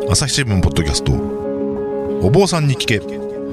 朝日新聞ポッドキャスト、お坊さんに聞け。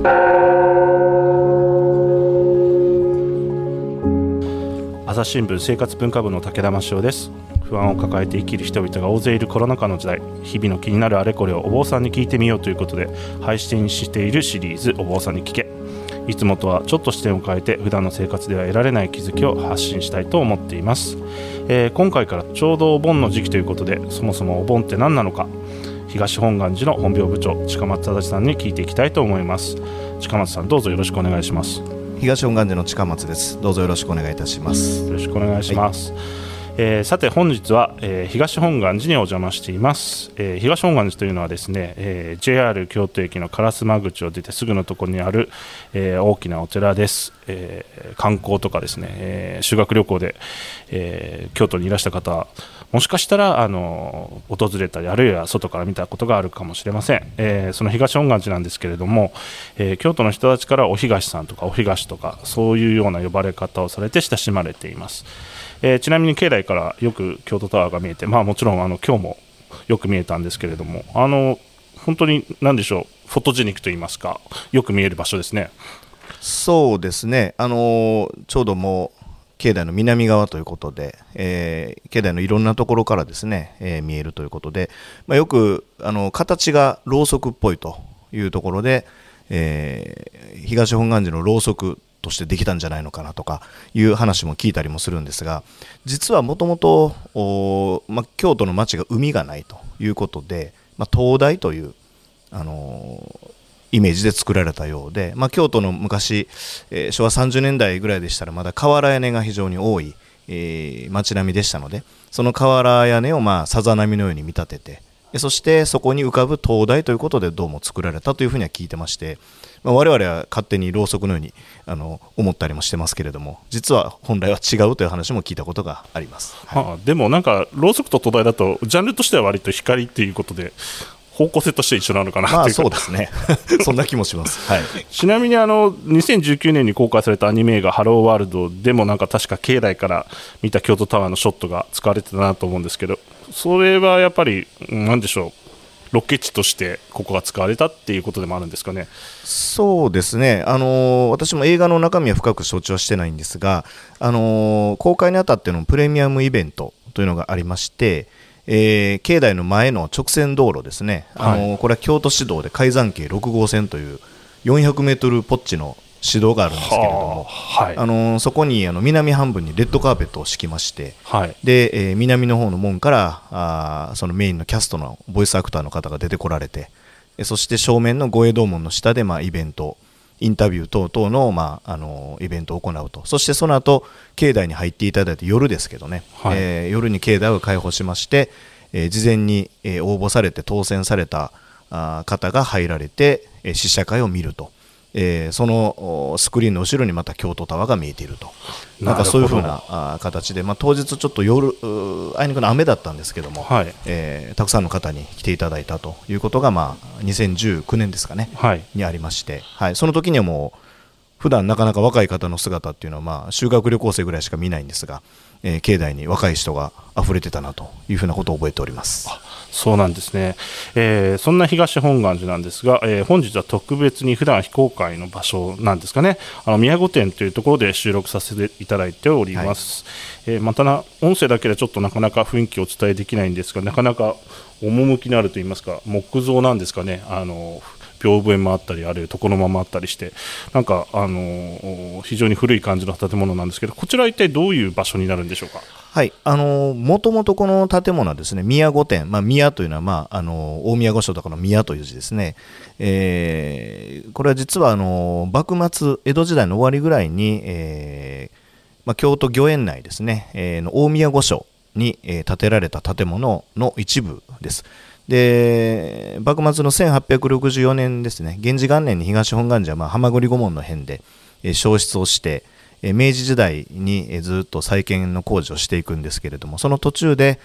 朝日新聞生活文化部の武田真潮です。不安を抱えて生きる人々が大勢いるコロナ禍の時代、日々の気になるあれこれをお坊さんに聞いてみようということで配信しているシリーズ、お坊さんに聞け。いつもとはちょっと視点を変えて普段の生活では得られない気づきを発信したいと思っています。今回からちょうどお盆の時期ということで、そもそもお盆って何なのか、東本願寺の本廟部長近松忠さんに聞いていきたいと思います。近松さん、どうぞよろしくお願いします。 東本願寺の近松です。どうぞよろしくお願いいたします。 よろしくお願いします。さて本日は、東本願寺にお邪魔しています。東本願寺というのはですね、JR 京都駅の烏丸口を出てすぐのところにある、大きなお寺です。観光とかですね、修学旅行で、京都にいらした方、もしかしたら訪れたり、あるいは外から見たことがあるかもしれません。その東本願寺なんですけれども、京都の人たちからお東さんとかお東とかそういうような呼ばれ方をされて親しまれています。ちなみに境内からよく京都タワーが見えて、もちろん今日もよく見えたんですけれども、本当に何でしょう、フォトジェニックといいますか、よく見える場所ですね。 そうですね、ちょうどもう境内の南側ということで、境内のいろんなところからですね、見えるということで、よく形がろうそくっぽいというところで、東本願寺のろうそくとしてできたんじゃないのかなとかいう話も聞いたりもするんですが、実はもともと京都の町が海がないということで、灯台というイメージで作られたようで、京都の昔、昭和30年代ぐらいでしたらまだ瓦屋根が非常に多い、町並みでしたので、その瓦屋根をさざ波のように見立てて、そしてそこに浮かぶ灯台ということでどうも作られたというふうには聞いてまして、我々は勝手にろうそくのように思ったりもしてますけれども、実は本来は違うという話も聞いたことがあります。 でもなんかろうそくと灯台だとジャンルとしては割と光っていうことで方向性として一緒なのかなというそうですねそんな気もします、はい、 ちなみに2019年に公開されたアニメ映画ハローワールドでもなんか確か境内から見た京都タワーのショットが使われてたなと思うんですけど、それはやっぱり何でしょう、ロケ地としてここが使われたっていうことでもあるんですかね。 そうですね、私も映画の中身は深く承知はしてないんですが、公開にあたってのプレミアムイベントというのがありまして、境内の前の直線道路ですね、これは京都市道で海山系6号線という400メートルポッチの市道があるんですけれども、そこに南半分にレッドカーペットを敷きまして、で南の方の門からそのメインのキャストのボイスアクターの方が出てこられて、そして正面の御影堂門の下でイベント、インタビュー等々の、イベントを行うと。そしてその後境内に入っていただいて、夜ですけどね、夜に境内を開放しまして、事前に、応募されて当選された方が入られて、試写会を見ると。そのスクリーンの後ろにまた京都タワーが見えていると、なんかそういう風な形で、当日ちょっと夜あいにくの雨だったんですけども、たくさんの方に来ていただいたということが、2019年ですかね、にありまして、その時にはもう普段なかなか若い方の姿っていうのは、修学旅行生ぐらいしか見ないんですが、境内に若い人が溢れてたなというふうなことを覚えております。 そうなんですね。そんな東本願寺なんですが、本日は特別に普段非公開の場所なんですかね、宮御殿というところで収録させていただいております。また音声だけでちょっとなかなか雰囲気をお伝えできないんですが、なかなか趣のあるといいますか、木造なんですかね、屏風絵もあったり、あるいは床の間もあったりして、なんか非常に古い感じの建物なんですけど、こちらは一体どういう場所になるんでしょうか。 もともとこの建物はですね、宮御殿、宮というのは、大宮御所とかの宮という字ですね。これは実は幕末江戸時代の終わりぐらいに、京都御苑内ですね、大宮御所に、建てられた建物の一部です。で幕末の1864年ですね、元治元年に東本願寺は浜栗御門の変で焼失をして、明治時代にずっと再建の工事をしていくんですけれども、その途中で、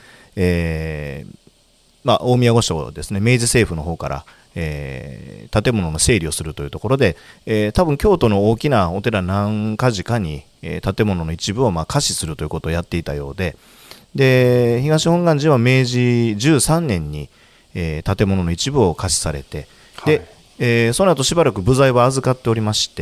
大宮御所ですね、明治政府の方から、建物の整理をするというところで、多分京都の大きなお寺何か所かに、建物の一部を貸しするということをやっていたようで、東本願寺は明治13年に、 建物の一部を貸しされて、でその後しばらく部材は預かっておりまして、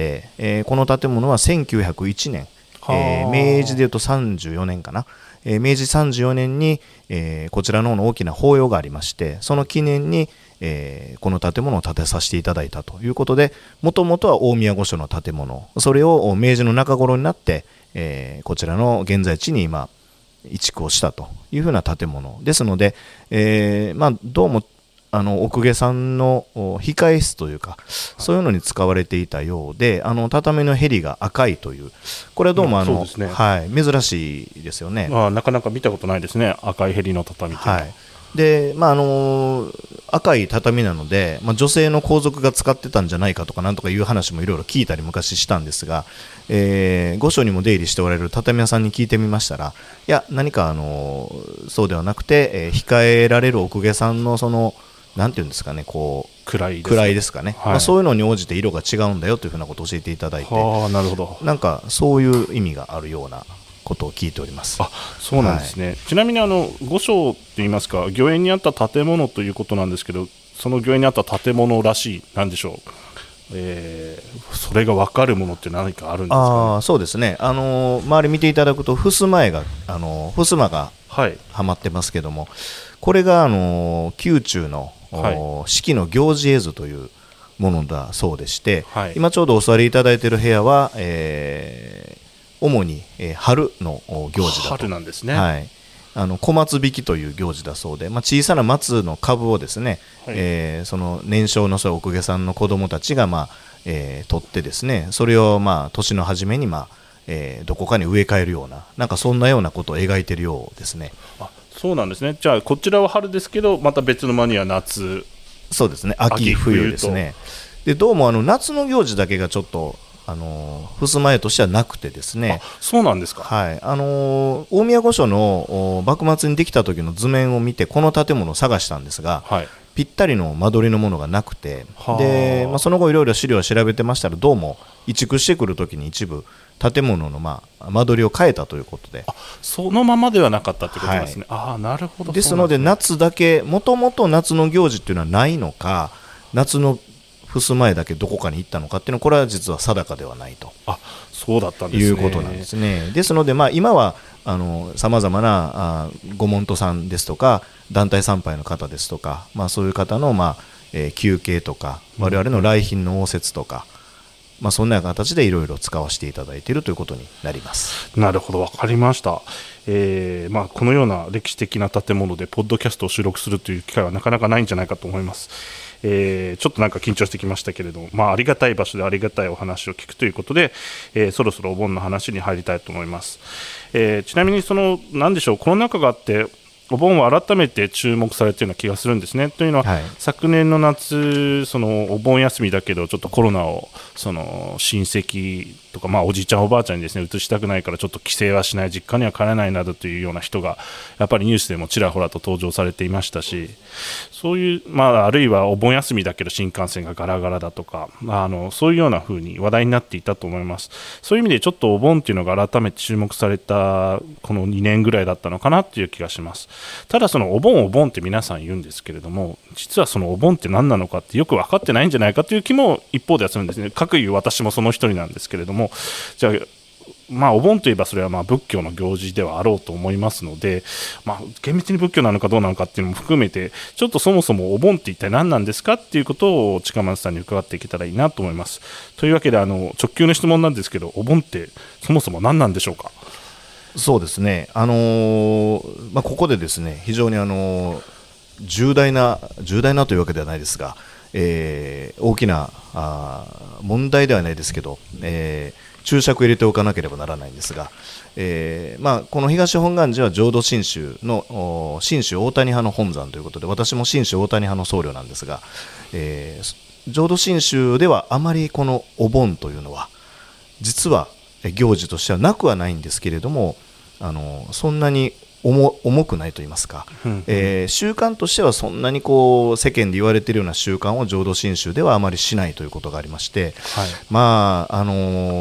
この建物は1901年、明治でいうと34年かな、明治34年に、こちらの方の大きな法要がありまして、その記念に、この建物を建てさせていただいたということで、もともとは大宮御所の建物、それを明治の中頃になって、こちらの現在地に今移築をしたというふうな建物ですので、どうも奥下さんの控え室というか、そういうのに使われていたようで、畳のへりが赤いという、これはどうもそうですね、 珍しいですよね。 なかなか見たことないですね、赤いへりの畳というのは。 で赤い畳なので、女性の皇族が使ってたんじゃないかとかなんとかいう話もいろいろ聞いたり昔したんですが、御所にも出入りしておられる畳屋さんに聞いてみましたら、いや何かそうではなくて、控えられる奥下さんのそのなんていうんですかね、こう位ですかね、そういうのに応じて色が違うんだよというふうなことを教えていただいて、 なるほど、 なんかそういう意味があるようなことを聞いております。 そうなんですね。ちなみに御所といいますか、御苑にあった建物ということなんですけど、その御苑にあった建物らしい、なんでしょう、それが分かるものって何かあるんですかね。 そうですね、周り見ていただくと襖がはまってますけども、これが宮中の、式の行事絵図というものだそうでして、今ちょうどお座りいただいている部屋は、主に、春の行事だと。 春なんですね。 小松引きという行事だそうで、小さな松の株をですね、その年少の奥下さんの子供たちが、取ってですね、それを年の初めに、どこかに植え替えるような、なんかそんなようなことを描いているようですね。 そうなんですね。じゃあこちらは春ですけど、また別の間には夏。 そうですね、秋冬ですね。でどうも夏の行事だけがちょっと襖絵としてはなくてですね。 そうなんですか。 大宮御所の幕末にできた時の図面を見てこの建物を探したんですが、ぴったりの間取りのものがなくて、で、その後いろいろ資料を調べてましたら、どうも移築してくる時に一部建物の間取りを変えたということで、 そのままではなかったということですね。なるほど。 ですので夏だけ、もともと夏の行事っていうのはないのか、夏の襖絵だけどこかに行ったのかっていうのは、これは実は定かではないと。 そうだったんですね。 いうことなんですね。ですので、今はさまざまなご門徒さんですとか団体参拝の方ですとか、そういう方の休憩とか、我々の来賓の応接とか、そんな形でいろいろ使わせていただいているということになります。 なるほど、分かりました。このような歴史的な建物でポッドキャストを収録するという機会はなかなかないんじゃないかと思います。ちょっとなんか緊張してきましたけれども、ありがたい場所でありがたいお話を聞くということで、そろそろお盆の話に入りたいと思います。ちなみに何でしょう、コロナ禍があってお盆は改めて注目されているような気がするんですね。というのは、昨年の夏、お盆休みだけどちょっとコロナを親戚とか、おじいちゃんおばあちゃんにですね移したくないからちょっと帰省はしない、実家には帰らないなどというような人がやっぱりニュースでもちらほらと登場されていましたし、そういう、あるいはお盆休みだけど新幹線がガラガラだとか、そういうような風に話題になっていたと思います。そういう意味でちょっとお盆っていうのが改めて注目されたこの2年ぐらいだったのかなという気がします。ただお盆って皆さん言うんですけれども、実はお盆って何なのかってよく分かってないんじゃないかという気も一方ではするんですね。各いう私もその一人なんですけれども、じゃあお盆といえばそれは仏教の行事ではあろうと思いますので、厳密に仏教なのかどうなのかっていうのも含めて、ちょっとそもそもお盆って一体何なんですかっていうことを近松さんに伺っていけたらいいなと思います。というわけで直球の質問なんですけど、お盆ってそもそも何なんでしょうか。 そうですね、ここでですね非常に重大なというわけではないですが、大きな問題ではないですけど、注釈を入れておかなければならないんですが、この東本願寺は浄土真宗の真宗大谷派の本山ということで、私も真宗大谷派の僧侶なんですが、浄土真宗ではあまりこのお盆というのは実は行事としてはなくはないんですけれども、そんなに重くないと言いますか、習慣としてはそんなに世間で言われているような習慣を浄土真宗ではあまりしないということがありまして、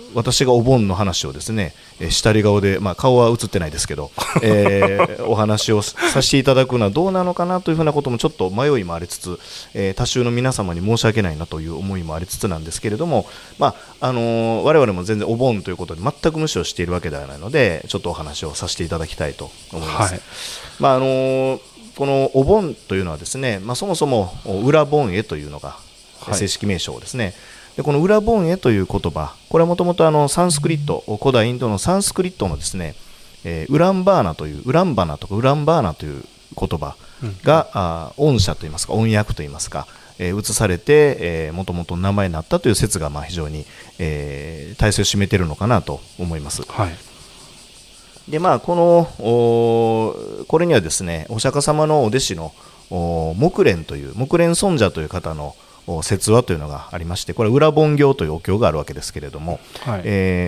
私がお盆の話をですね、下り顔で、顔は映ってないですけど、お話をさせていただくのはどうなのかなというふうなこともちょっと迷いもありつつ、多数の皆様に申し訳ないなという思いもありつつなんですけれども、我々も全然お盆ということで全く無視をしているわけではないので、ちょっとお話をさせていただきたいと思います。このお盆というのはですね、そもそも裏盆会というのが正式名称ですね。でこの裏盆会という言葉、これはもともとサンスクリット、古代インドのサンスクリットのですね、ウランバーナというウランバナとかウランバーナという言葉が、音社といいますか音訳といいますか、移されてもともと名前になったという説が非常に、大勢を占めているのかなと思います。 はい。 でこれにはですね、お釈迦様のお弟子の木蓮という木蓮尊者という方の説話というのがありまして、これは裏盆経というお経があるわけですけれども、はい、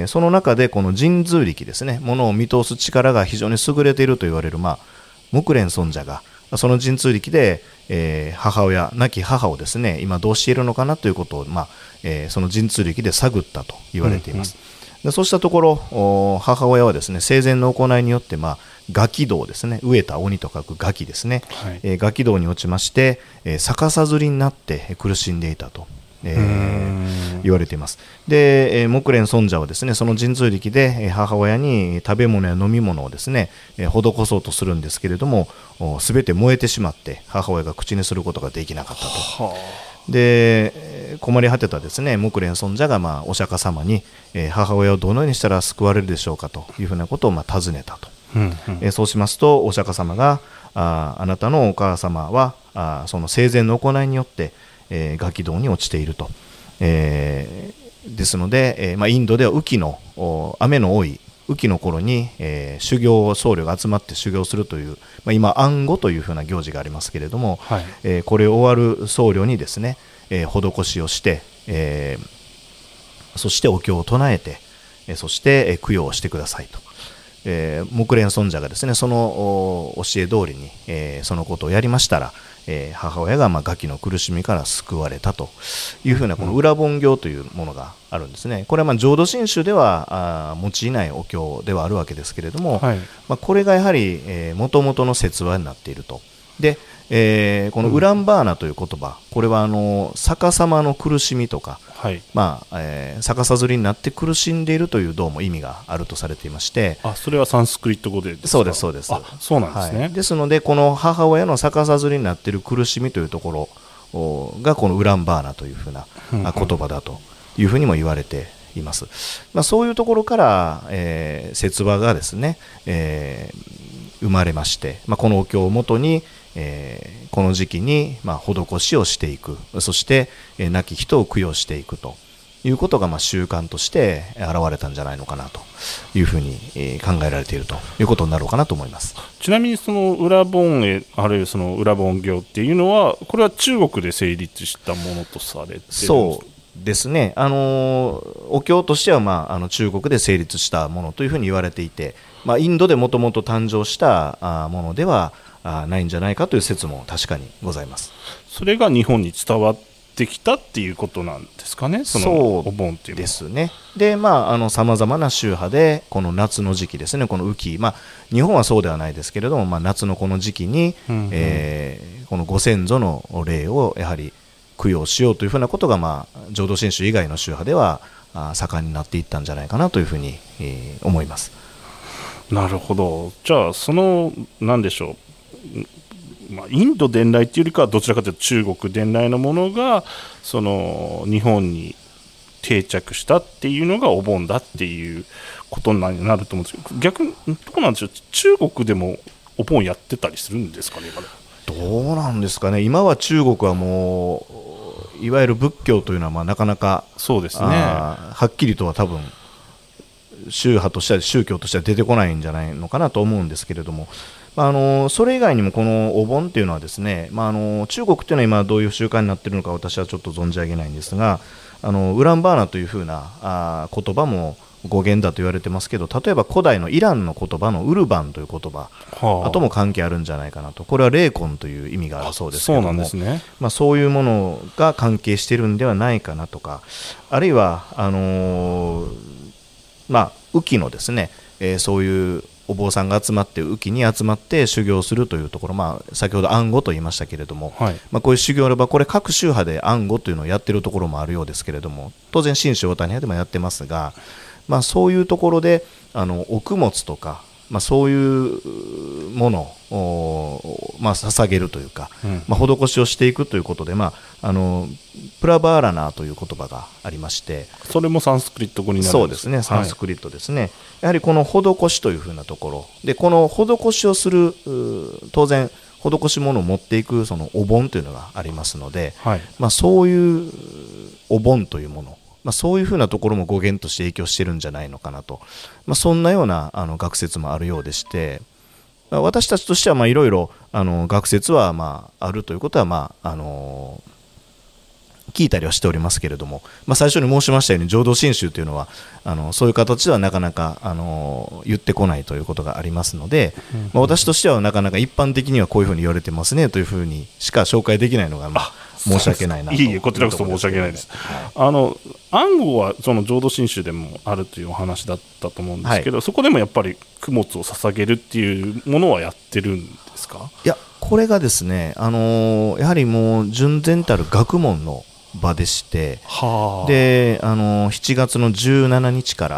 その中でこの神通力ですね、ものを見通す力が非常に優れていると言われる、木蓮尊者がその神通力で、亡き母をですね今どうしているのかなということを、その神通力で探ったと言われています。でそうしたところ母親はですね生前の行いによって餓鬼道ですね、飢えた鬼と書く餓鬼ですね、はい、餓鬼道に落ちまして、逆さづりになって苦しんでいたと、言われています。で木蓮尊者はですねその神通力で母親に食べ物や飲み物をですね施そうとするんですけれども、すべて燃えてしまって母親が口にすることができなかったと。で困り果てたですね木蓮尊者がお釈迦様に、母親をどのようにしたら救われるでしょうかというふうなことを尋ねたと。そうしますとお釈迦様があなたのお母様はその生前の行いによって、餓鬼道に落ちていると、ですので、インドでは雨季の雨の多い雨季の頃に、修行僧侶が集まって修行するという、今安護というふうな行事がありますけれども、はい、これを終わる僧侶にですね、施しをして、そしてお経を唱えて、そして供養をしてくださいと。木蓮尊者がですねその教え通りに、そのことをやりましたら、母親が餓鬼の苦しみから救われたというふうなこの裏盆経というものがあるんですね。これは浄土真宗では用いないお経ではあるわけですけれども、はい、これがやはりもともとの説話になっていると。でこのウランバーナという言葉、これは逆さまの苦しみとか、はい、逆さづりになって苦しんでいるというどうも意味があるとされていまして、 それはサンスクリット語でですか？ そうですそうです。 そうなんですね。 はい、ですのでこの母親の逆さづりになっている苦しみというところがこのウランバーナというふうな言葉だというふうにも言われています。そういうところから、説話がですね、生まれまして、このお経をもとにこの時期に施しをしていく、そして亡き人を供養していくということが習慣として現れたんじゃないのかなというふうに考えられているということになろうかなと思います。 ちなみにその裏盆会あるいはその裏盆経っていうのはこれは中国で成立したものとされているんですか？ そうですね、お経としては中国で成立したものというふうに言われていて、インドでもともと誕生したものではないんじゃないかという説も確かにございます。 それが日本に伝わってきたっていうことなんですかね、そのお盆っていうのは。 そうですね。でさまざまな宗派でこの夏の時期ですね、この雨季、日本はそうではないですけれども、夏のこの時期に、このご先祖の霊をやはり供養しようというふうなことが、浄土真宗以外の宗派では盛んになっていったんじゃないかなというふうに、思います。 なるほど。じゃあ何でしょう、インド伝来というよりかはどちらかというと中国伝来のものがその日本に定着したっていうのがお盆だっていうことになると思うんですけど、逆にどうなんでしょう、中国でもお盆やってたりするんですかね？ どうなんですかね。今は中国はもういわゆる仏教というのはなかなかそうですね、 はっきりとは多分宗派としては宗教としては出てこないんじゃないのかなと思うんですけれども、それ以外にもこのお盆っていうのはですね、中国っていうのは今どういう習慣になっているのか私はちょっと存じ上げないんですが、ウランバーナというふうな言葉も語源だと言われてますけど、例えば古代のイランの言葉のウルバンという言葉、とも関係あるんじゃないかなと。これは霊魂という意味があるそうですけども、 そうなんですね。 そういうものが関係しているんではないかなとか、あるいは雨季のですね、そういうお坊さんが集まって雨季に集まって修行するというところ、先ほど安護と言いましたけれども、 はい、 こういう修行の場、これ各宗派で安護というのをやっているところもあるようですけれども、当然信州大谷派でもやってますが、そういうところで供物とか、そういうものを、捧げるというか、施しをしていくということで、プラバーラナーという言葉がありまして、 それもサンスクリット語になるんですか？ そうですね、サンスクリットですね、やはりこの施しというふうなところで、この施しをする、当然施し物を持っていくそのお盆というのがありますので、そういうお盆というもの、そういうふうなところも語源として影響してるんじゃないのかなと、そんなような学説もあるようでして、私たちとしてはいろいろ学説はあるということは聞いたりはしておりますけれども、最初に申しましたように浄土真宗というのはそういう形ではなかなか言ってこないということがありますので、私としてはなかなか一般的にはこういうふうに言われてますねというふうにしか紹介できないのが申し訳ないなと。 いいえ、こちらこそ申し訳ないです。安護はその浄土真宗でもあるというお話だったと思うんですけど、そこでもやっぱり供物を捧げるっていうものはやってるんですか？ いや、これがですね、やはりもう純然たる学問の場でして、で7月の17日から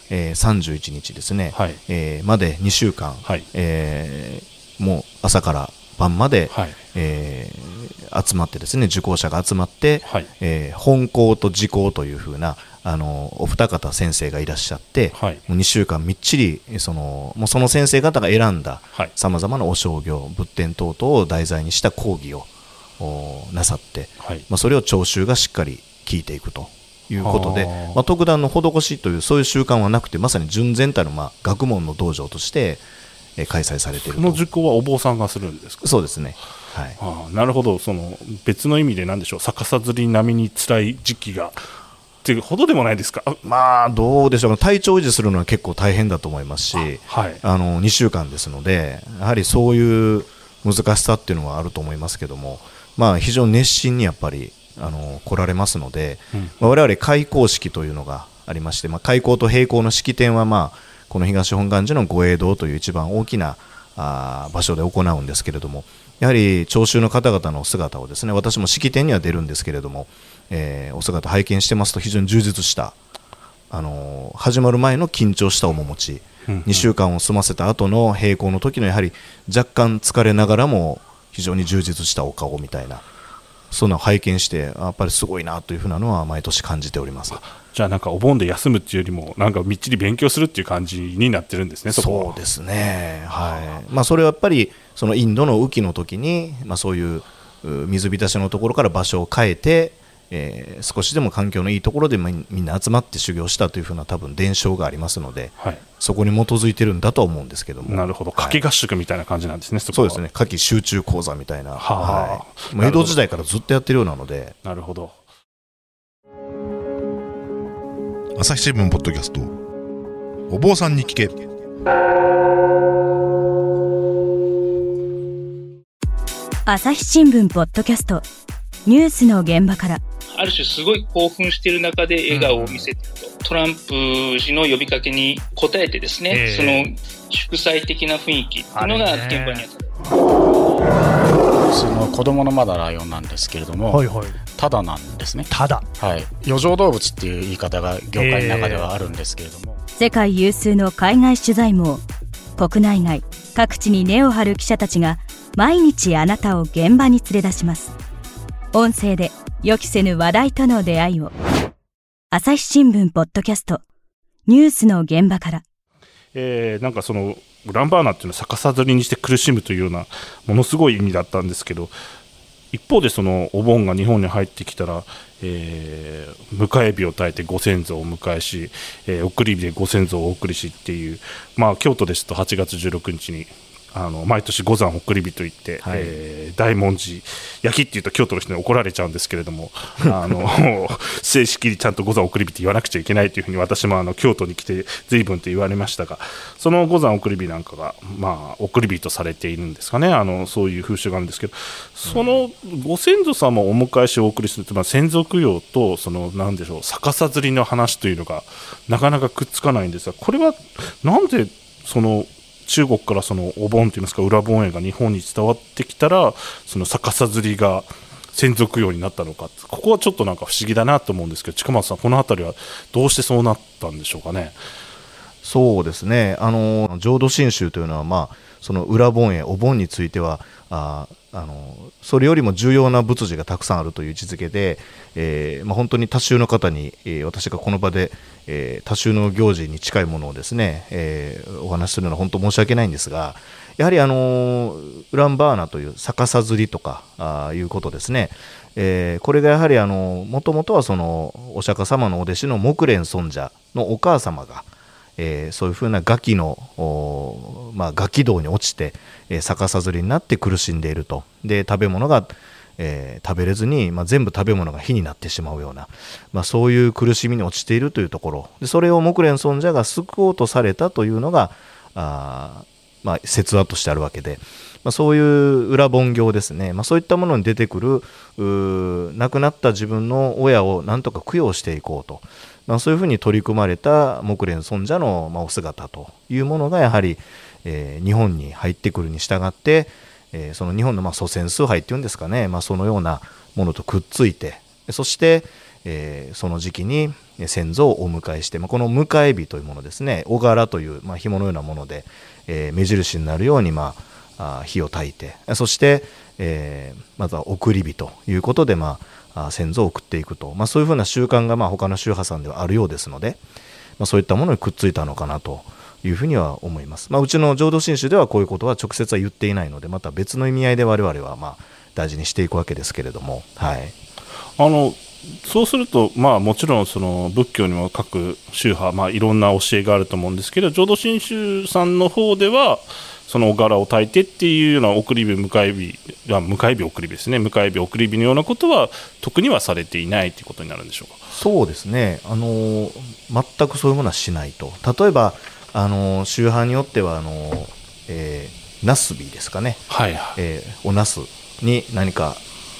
、31日ですね、まで2週間、もう朝から晩まで、集まってですね、受講者が集まって、本講と時講というふうなお二方先生がいらっしゃって、もう2週間みっちりもうその先生方が選んださまざまなお商業仏典等々を題材にした講義をなさって、それを聴衆がしっかり聞いていくということで、特段の施しというそういう習慣はなくて、まさに純然たる学問の道場として開催されていると。 この受講はお坊さんがするんですか？ そうですね、 なるほど。その別の意味で何でしょう、逆さづり並みに辛い時期がっていうほどでもないですか？ どうでしょう、体調維持するのは結構大変だと思いますし、2週間ですので、やはりそういう難しさっていうのはあると思いますけども、非常に熱心にやっぱり来られますので、我々開講式というのがありまして、開講と閉講の式典はこの東本願寺の御栄堂という一番大きな場所で行うんですけれども、やはり聴衆の方々の姿をですね、私も式典には出るんですけれども、お姿拝見してますと非常に充実した始まる前の緊張した面持ち、2週間を済ませた後の閉講の時のやはり若干疲れながらも非常に充実したお顔みたいな、そんなのを拝見してやっぱりすごいなというふうなのは毎年感じております。 じゃあなんかお盆で休むっていうよりもなんかみっちり勉強するっていう感じになってるんですね。 そうですね、それはやっぱりそのインドの雨季の時に、そういう水浸しのところから場所を変えて、少しでも環境のいいところでみんな集まって修行したというふうな多分伝承がありますので、そこに基づいてるんだとは思うんですけども。 なるほど、夏季合宿みたいな感じなんですね。 そうですね、夏季集中講座みたいな、江戸時代からずっとやってるようなので。 なるほど。 朝日新聞ポッドキャスト、お坊さんに聞け。 朝日新聞ポッドキャスト、ニュースの現場から。 ある種すごい興奮している中で笑顔を見せていると、トランプ氏の呼びかけに応えてですね、その祝祭的な雰囲気というのが現場にあった。 その子供のまだライオンなんですけれども、タダなんですね。 タダ、 余剰動物っていう言い方が業界の中ではあるんですけれども、 世界有数の海外取材網、国内外各地に根を張る記者たちが毎日あなたを現場に連れ出します。音声で予期せぬ話題との出会いを。朝日新聞ポッドキャスト、ニュースの現場から。 なんかそのウランバーナっていうのは逆さづりにして苦しむというようなものすごい意味だったんですけど、一方でそのお盆が日本に入ってきたら、迎え火を焚いてご先祖をお迎えし、送り火でご先祖をお送りしっていう、京都ですと8月16日に毎年五山送り火といって、大文字焼きっていうと京都の人に怒られちゃうんですけれどもす正式にちゃんと五山送り火って言わなくちゃいけないというふうに私も京都に来て随分と言われましたが、その五山送り火なんかが、送り火とされているんですかね。そういう風習があるんですけど、そのご先祖様をお迎えしお送りすると、先祖供養となんでしょう、逆さ釣りの話というのがなかなかくっつかないんですが、これはなんで中国からお盆といいますか裏盆絵が日本に伝わってきたら逆さ釣りが先祖供養になったのか、ここはちょっとなんか不思議だなと思うんですけど、近松さん、この辺りはどうしてそうなったんでしょうかね。 そうですね、浄土真宗というのは、その裏盆絵お盆についてはそれよりも重要な仏事がたくさんあるという位置づけで、本当に多宗の方に、私がこの場で、多宗の行事に近いものをですね、お話しするのは本当申し訳ないんですが、やはりウランバーナという逆さ釣りとかいうことですね、これがやはりもともとはお釈迦様のお弟子の木蓮尊者のお母様が、そういうふうな餓鬼の、餓鬼道に落ちて、逆さ釣りになって苦しんでいると。で食べ物が、食べれずに、全部食べ物が火になってしまうような、そういう苦しみに落ちているというところで、それを木蓮尊者が救おうとされたというのが説話としてあるわけで、そういう裏盆行ですね、そういったものに出てくる亡くなった自分の親をなんとか供養していこうと、そういうふうに取り組まれた木蓮尊者のお姿というものがやはり、日本に入ってくるに従って、その日本の祖先崇拝っていうんですかね、そのようなものとくっついて、そして、その時期に先祖をお迎えして、この迎え火というものですね、おがらという、紐のようなもので、目印になるように、火を焚いて、そして、まずは送り火ということで、先祖を送っていくと、そういうふうな習慣が他の宗派さんではあるようですので、そういったものにくっついたのかなというふうには思います。うちの浄土真宗ではこういうことは直接は言っていないので、また別の意味合いで我々は大事にしていくわけですけれども、はい、 そうすると、もちろん仏教にも各宗派、いろんな教えがあると思うんですけど、浄土真宗さんの方ではそのおがらを焚いてっていうような送り火迎え火送り火ですね、迎え火送り火のようなことは特にはされていないということになるんでしょうか。 そうですね、全くそういうものはしないと。例えば宗派によってはナスビですかね、おナスに何か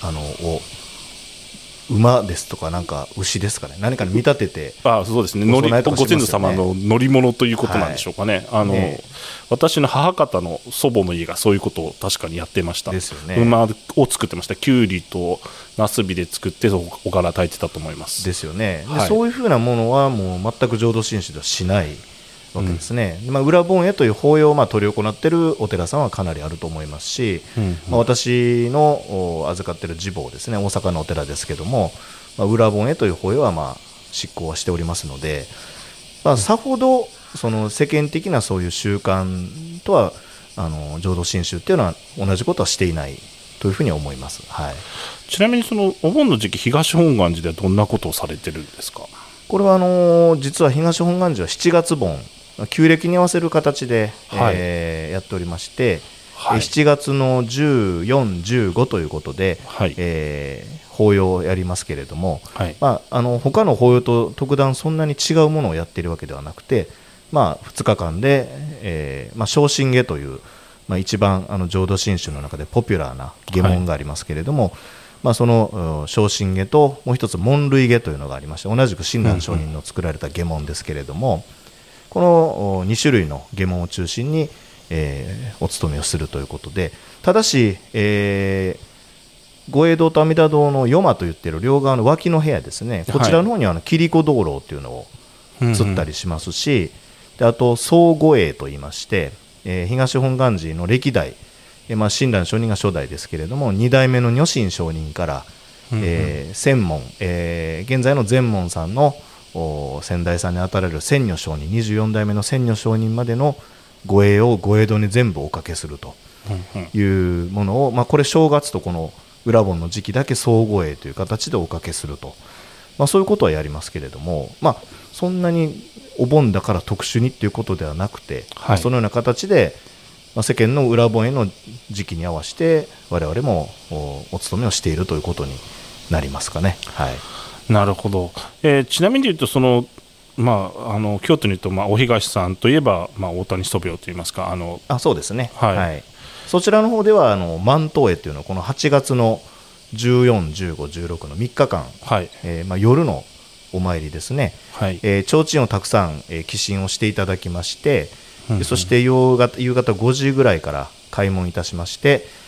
馬ですとかなんか牛ですかね、何かに見立てて、 そうですね、ご先祖様の乗り物ということなんでしょうかね。私の母方の祖母の家がそういうことを確かにやってました。 ですよね、 馬を作ってました。きゅうりとナスビで作っておがら焚いてたと思います。 ですよね。でそういうふうなものはもう全く浄土真宗ではしないわけですね。裏盆絵という法要を執り行っているお寺さんはかなりあると思いますし、私の預かっている次坊ですね、大阪のお寺ですけども、裏盆絵という法要は執行はしておりますので、さほどその世間的なそういう習慣とは浄土真宗っていうのは同じことはしていないというふうに思います。はい、 ちなみにそのお盆の時期、東本願寺ではどんなことをされてるんですか。 これは実は東本願寺は7月盆、旧暦に合わせる形で、やっておりまして、7月の14、15ということで、法要をやりますけれども、他の法要と特段そんなに違うものをやっているわけではなくて、2日間で、昇進下という、一番浄土真宗の中でポピュラーな下門がありますけれども、その昇進下ともう一つ門類下というのがありまして、同じく親鸞上人の作られた下門ですけれども、この2種類の下門を中心に、お勤めをするということで、ただし、御栄堂と阿弥陀堂の夜間といっている両側の脇の部屋ですね、こちらの方には切子灯籠というのを釣ったりしますし、であと総御栄といいまして、東本願寺の歴代、親鸞上人が初代ですけれども、2代目の如心上人から、専門、現在の善門さんの先代さんにあたられる千如上人、24代目の千如上人までの御栄を御栄堂に全部おかけするというものを、これ正月とこの裏盆の時期だけ総御栄という形でおかけすると、そういうことはやりますけれども、そんなにお盆だから特殊にっていうことではなくて、そのような形で、世間の裏盆への時期に合わせて我々もお勤めをしているということになりますかね。 なるほど。ちなみに言うと京都に言うと、お東さんといえば、大谷祖廟といいますか、 そうですね、 はいはい、そちらの方では万灯会というのはこの8月の14、15、16の3日間、 はい夜のお参りですね、 はい、 提灯をたくさん、寄進をしていただきまして、そして夕方5時ぐらいから開門いたしまして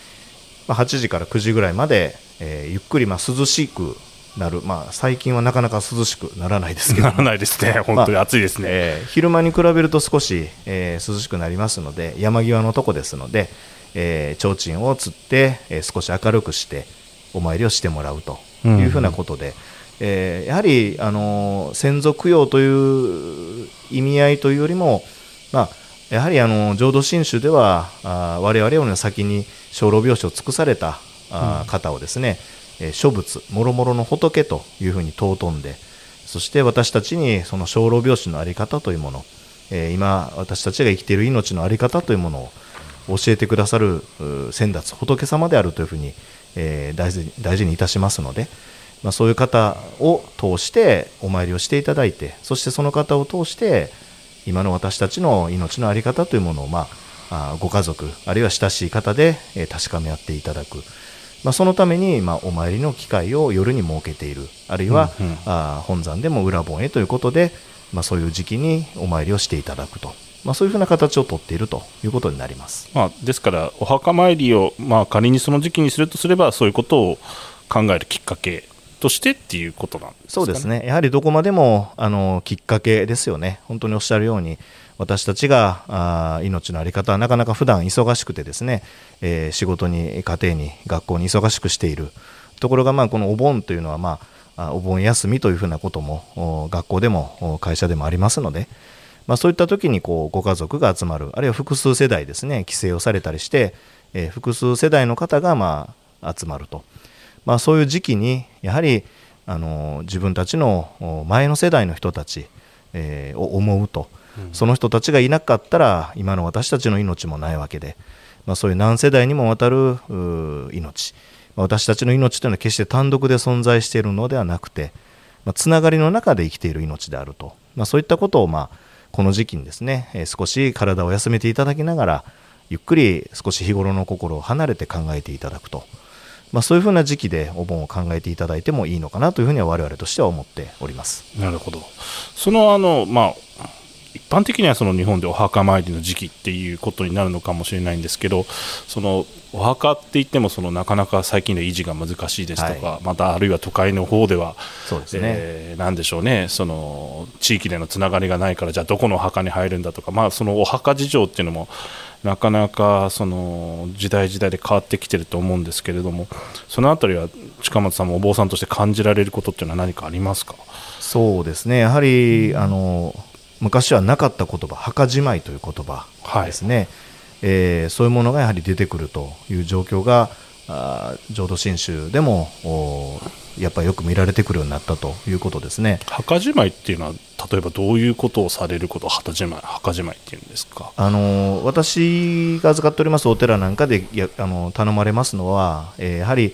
、8時から9時ぐらいまで、ゆっくり涼しくなる、最近はなかなか涼しくならないですけど、 ならないですね、本当に暑いですね、 昼間に比べると少し、涼しくなりますので、山際のとこですので、提灯をつって、少し明るくしてお参りをしてもらうというふうなことで、やはり先祖供養という意味合いというよりも、やはり浄土真宗では我々よりも先に生老病死を尽くされた方をですね、諸仏もろもろの仏というふうに尊んで、そして私たちにその生老病死の在り方というもの、今私たちが生きている命の在り方というものを教えてくださる先達仏様であるというふうに、大事にいたしますので、そういう方を通してお参りをしていただいて、そしてその方を通して今の私たちの命の在り方というものを、ご家族あるいは親しい方で確かめ合っていただく、そのためにお参りの機会を夜に設けている、あるいは、本山でも裏盆へということで、そういう時期にお参りをしていただくと、そういうふうな形をとっているということになります。 ですからお墓参りを、仮にその時期にするとすれば、そういうことを考えるきっかけとしてっていうことなんですかね。 そうですね、やはりどこまでもきっかけですよね。本当におっしゃるように、私たちが命の在り方はなかなか普段忙しくてですね、仕事に家庭に学校に忙しくしているところが、このお盆というのは、お盆休みというふうなことも学校でも会社でもありますので、そういった時にご家族が集まる、あるいは複数世代ですね、帰省をされたりして、複数世代の方が集まると、そういう時期にやはり自分たちの前の世代の人たち、を思うと、その人たちがいなかったら今の私たちの命もないわけで、そういう何世代にもわたる命、私たちの命というのは決して単独で存在しているのではなくて、つながりの中で生きている命であると、そういったことをこの時期にですね、少し体を休めていただきながら、ゆっくり少し日頃の心を離れて考えていただくと、そういうふうな時期でお盆を考えていただいてもいいのかなというふうには我々としては思っております。 なるほど。その一般的にはその日本でお墓参りの時期っていうことになるのかもしれないんですけど、そのお墓って言ってもなかなか最近で維持が難しいですとか、またあるいは都会の方ではそうですね、 なんでしょうね、その地域でのつながりがないから、じゃあどこのお墓に入るんだとか、そのお墓事情っていうのもなかなかその時代時代で変わってきてると思うんですけれども、そのあたりは近松さんもお坊さんとして感じられることっていうのは何かありますか？ そうですね、やはり昔はなかった言葉、墓じまいという言葉ですね、そういうものがやはり出てくるという状況が浄土真宗でもやっぱりよく見られてくるようになったということですね。 墓じまいっていうのは例えばどういうことをされることを墓じまいっていうんですか？ 私が預かっておりますお寺なんかで頼まれますのは、やはり、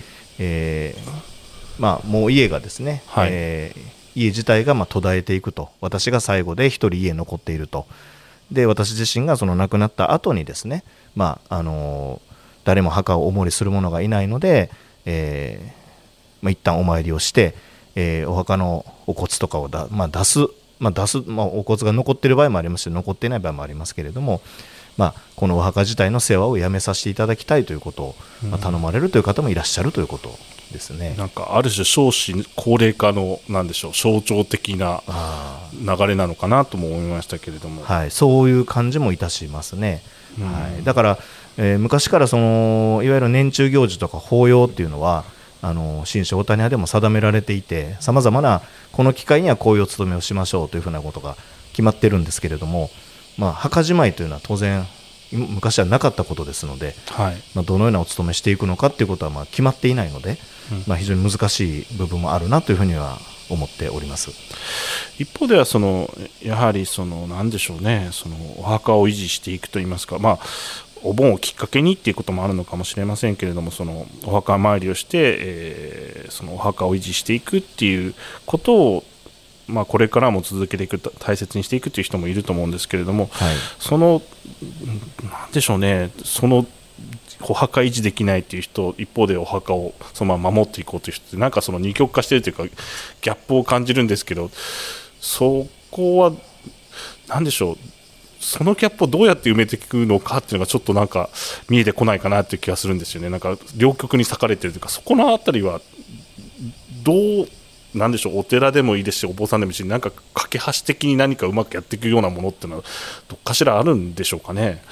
もう家がですね、家自体が途絶えていくと、私が最後で一人家残っていると、で私自身がその亡くなった後にですね、誰も墓をお守りする者がいないので、一旦お参りをして、お墓のお骨とかを出す、お骨が残っている場合もありますし、残っていない場合もありますけれども、このお墓自体の世話をやめさせていただきたいということを、頼まれるという方もいらっしゃるということですね。 なんかある種少子高齢化の象徴的な流れなのかなとも思いましたけれども、 そういう感じもいたしますね。だから、昔からいわゆる年中行事とか法要っていうのは新書大谷派でも定められていて、さまざまなこの機会にはこういうお務めをしましょうというふうなことが決まってるんですけれども、墓じまいというのは当然昔はなかったことですので、どのようなお務めしていくのかということは決まっていないので、非常に難しい部分もあるなというふうには思っております。 一方ではやはり何でしょうね、お墓を維持していくといいますか、お盆をきっかけにっていうこともあるのかもしれませんけれども、お墓参りをして、 そのお墓を維持していくっていうことを、これからも続けていく、大切にしていくという人もいると思うんですけれども、そのなんでしょうね、そのお墓維持できないという人、一方でお墓をそのまま守っていこうという人って、なんかその二極化しているというかギャップを感じるんですけど、そこはなんでしょう、そのギャップをどうやって埋めていくのかっていうのがちょっとなんか見えてこないかなという気がするんですよね。なんか両極に裂かれているというか、そこのあたりはどうなんでしょう、お寺でもいいですし、お坊さんでもいいし、なんか架け橋的に何かうまくやっていくようなものっていうのはどっかしらあるんでしょうかね。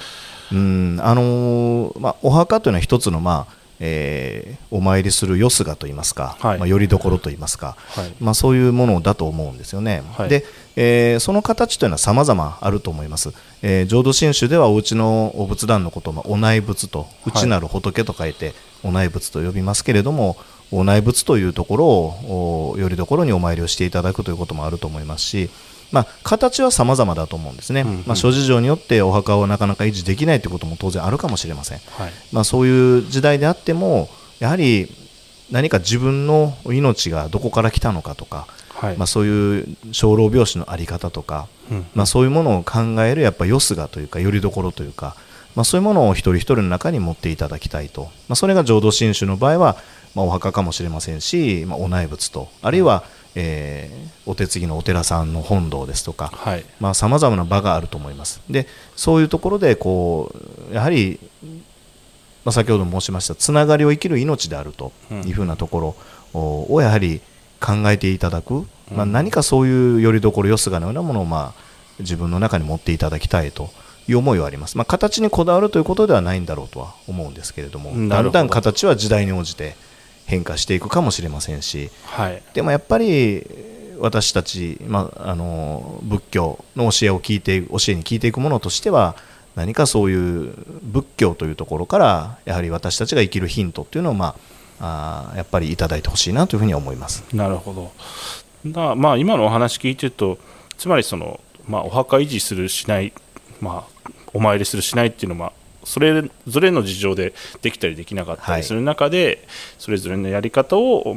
お墓というのは一つの、お参りするよすがといいますか、よりどころといいますか、そういうものだと思うんですよね。で、その形というのは様々あると思います。浄土真宗ではお家のお仏壇のことを、お内仏と、内なる仏と書いてお内仏と呼びますけれども、お内仏というところをよりどころにお参りをしていただくということもあると思いますし、形は様々だと思うんですね。諸事情によってお墓をなかなか維持できないということも当然あるかもしれません。そういう時代であっても、やはり何か自分の命がどこから来たのかとか、そういう生老病死のあり方とか、そういうものを考えるやっぱよすがというか、よりどころというか、そういうものを一人一人の中に持っていただきたいと。それが浄土真宗の場合は、お墓かもしれませんし、お内仏と、あるいはお手継ぎのお寺さんの本堂ですとか、さまざまな場があると思います。で、そういうところでやはり、先ほど申しましたつながりを生きる命であるというふうなところをやはり考えていただく、何かそういうよりどころよすがのようなものを自分の中に持っていただきたいという思いはあります。形にこだわるということではないんだろうとは思うんですけれども、だんだん形は時代に応じて変化していくかもしれませんし、でもやっぱり私たち、仏教の教えに聞いていくものとしては、何かそういう仏教というところからやはり私たちが生きるヒントというのをやっぱりいただいてほしいなというふうに思います。 なるほど。今のお話聞いてると、つまりその、お墓維持するしない、お参りするしないっていうのは、それぞれの事情でできたりできなかったりする中で、それぞれのやり方を、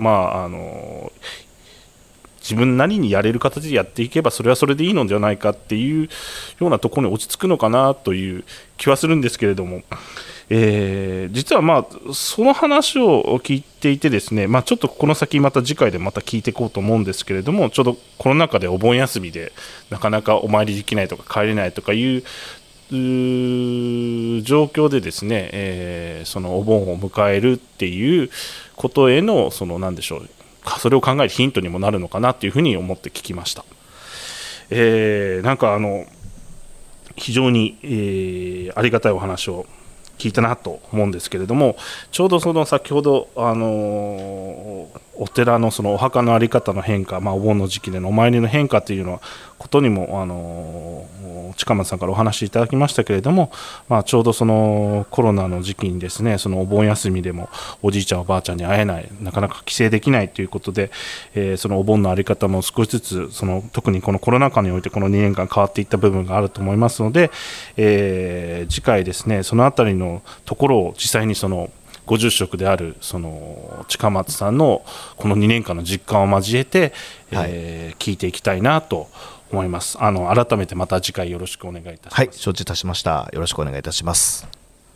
自分なりにやれる形でやっていけばそれはそれでいいのではないかっていうようなところに落ち着くのかなという気はするんですけれども、実はその話を聞いていてですね、ちょっとこの先また次回でまた聞いていこうと思うんですけれども、ちょうどコロナ禍でお盆休みでなかなかお参りできないとか帰れないとかいう状況でですね、そのお盆を迎えるっていうことへの何でしょう、それを考えるヒントにもなるのかなというふうに思って聞きました。なんか非常に、ありがたいお話を聞いたなと思うんですけれども、ちょうど先ほど、お寺のお墓の在り方の変化、お盆の時期でのお参りの変化というのはことにも近松さんからお話しいただきましたけれども、ちょうどコロナの時期にですね、お盆休みでもおじいちゃんおばあちゃんに会えない、なかなか帰省できないということで、そのお盆の在り方も少しずつ特にこのコロナ禍においてこの2年間変わっていった部分があると思いますので、次回ですね、そのあたりのところを実際にご住職である近松さんのこの2年間の実感を交えて、聞いていきたいなと思います。改めてまた次回よろしくお願いいたします。 はい、承知いたしました。よろしくお願いいたします。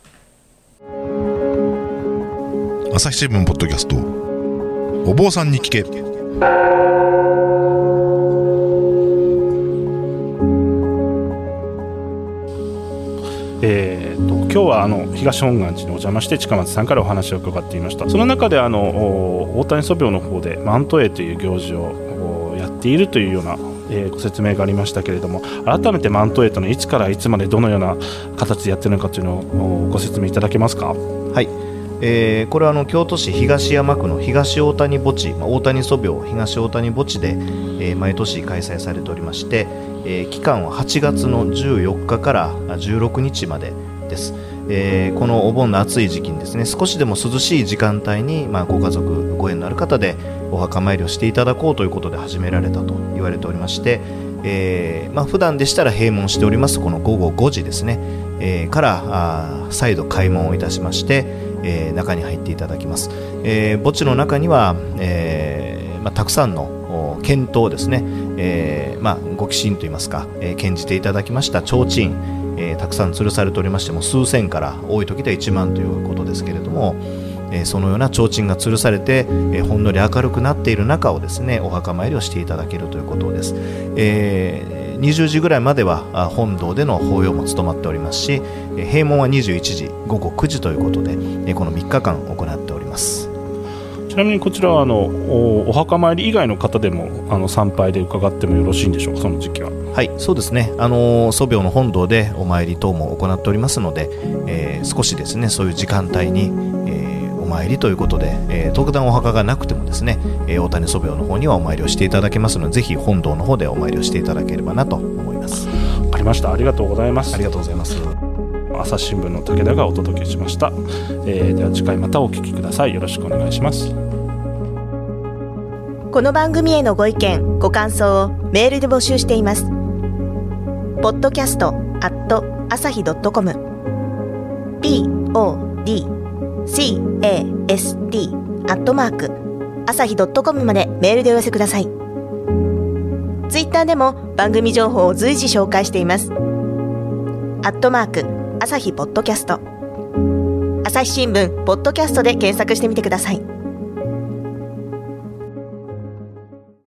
朝日新聞ポッドキャスト、お坊さんに聞け。 今日は東本願寺にお邪魔して近松さんからお話を伺っていました。その中で大谷祖廟の方でマント会という行事をやっているというような、ご説明がありましたけれども、改めてマント会というのはいつからいつまでどのような形でやっているのかというのをご説明いただけますか。 はい、これは京都市東山区の東大谷墓地、大谷祖廟東大谷墓地で、毎年開催されておりまして、期間は8月の14日から16日までです。このお盆の暑い時期にですね、少しでも涼しい時間帯に、ご家族ご縁のある方でお墓参りをしていただこうということで始められたと言われておりまして、普段でしたら閉門しておりますこの午後5時ですね、から再度開門をいたしまして、 中に入っていただきます。墓地の中には、たくさんの剣刀ですね、ご寄進といいますか、献じていただきました提灯、たくさん吊るされておりましても、数千から多い時では1万ということですけれども、そのような提灯が吊るされて、ほんのり明るくなっている中をですね、お墓参りをしていただけるということです。20時ぐらいまでは本堂での法要も務まっておりますし、閉門は21時午後9時ということで、この3日間行っております。 ちなみにこちらはお墓参り以外の方でも参拝で伺ってもよろしいんでしょうか、その時期は。 はい、そうですね、祖廟の本堂でお参り等も行っておりますので、少しですね、そういう時間帯に、お参りということで、特段お墓がなくてもですね、大谷祖廟の方にはお参りをしていただけますので、ぜひ本堂の方でお参りをしていただければなと思います。 わかりました。ありがとうございます。 ありがとうございます。 朝日新聞の武田がお届けしました。では次回またお聞きください。よろしくお願いします。 この番組へのご意見ご感想をメールで募集しています。podcast@asahi.com podcast@asahi.com までメールでお寄せください。ツイッターでも番組情報を随時紹介しています。朝日ポッドキャスト、朝日新聞ポッドキャストで検索してみてください。